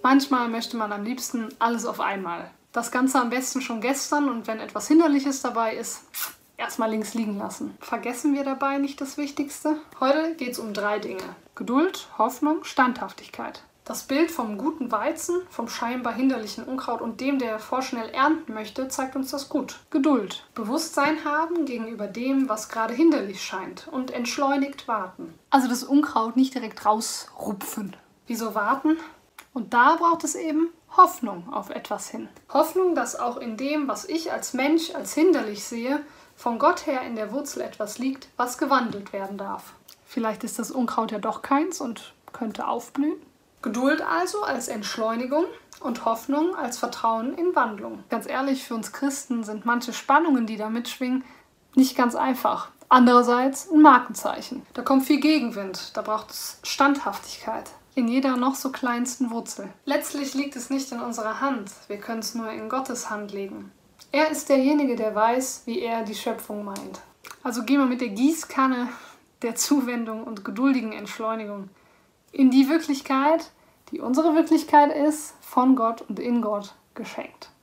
Manchmal möchte man am liebsten alles auf einmal. Das Ganze am besten schon gestern und wenn etwas Hinderliches dabei ist, erstmal links liegen lassen. Vergessen wir dabei nicht das Wichtigste? Heute geht es um 3 Dinge. Geduld, Hoffnung, Standhaftigkeit. Das Bild vom guten Weizen, vom scheinbar hinderlichen Unkraut und dem, der vorschnell ernten möchte, zeigt uns das gut. Geduld. Bewusstsein haben gegenüber dem, was gerade hinderlich scheint und entschleunigt warten. Also das Unkraut nicht direkt rausrupfen. Wieso warten? Und da braucht es eben Hoffnung auf etwas hin. Hoffnung, dass auch in dem, was ich als Mensch als hinderlich sehe, von Gott her in der Wurzel etwas liegt, was gewandelt werden darf. Vielleicht ist das Unkraut ja doch keins und könnte aufblühen. Geduld also als Entschleunigung und Hoffnung als Vertrauen in Wandlung. Ganz ehrlich, für uns Christen sind manche Spannungen, die da mitschwingen, nicht ganz einfach. Andererseits ein Markenzeichen. Da kommt viel Gegenwind, da braucht es Standhaftigkeit. In jeder noch so kleinsten Wurzel. Letztlich liegt es nicht in unserer Hand, wir können es nur in Gottes Hand legen. Er ist derjenige, der weiß, wie er die Schöpfung meint. Also gehen wir mit der Gießkanne der Zuwendung und geduldigen Entschleunigung in die Wirklichkeit, die unsere Wirklichkeit ist, von Gott und in Gott geschenkt.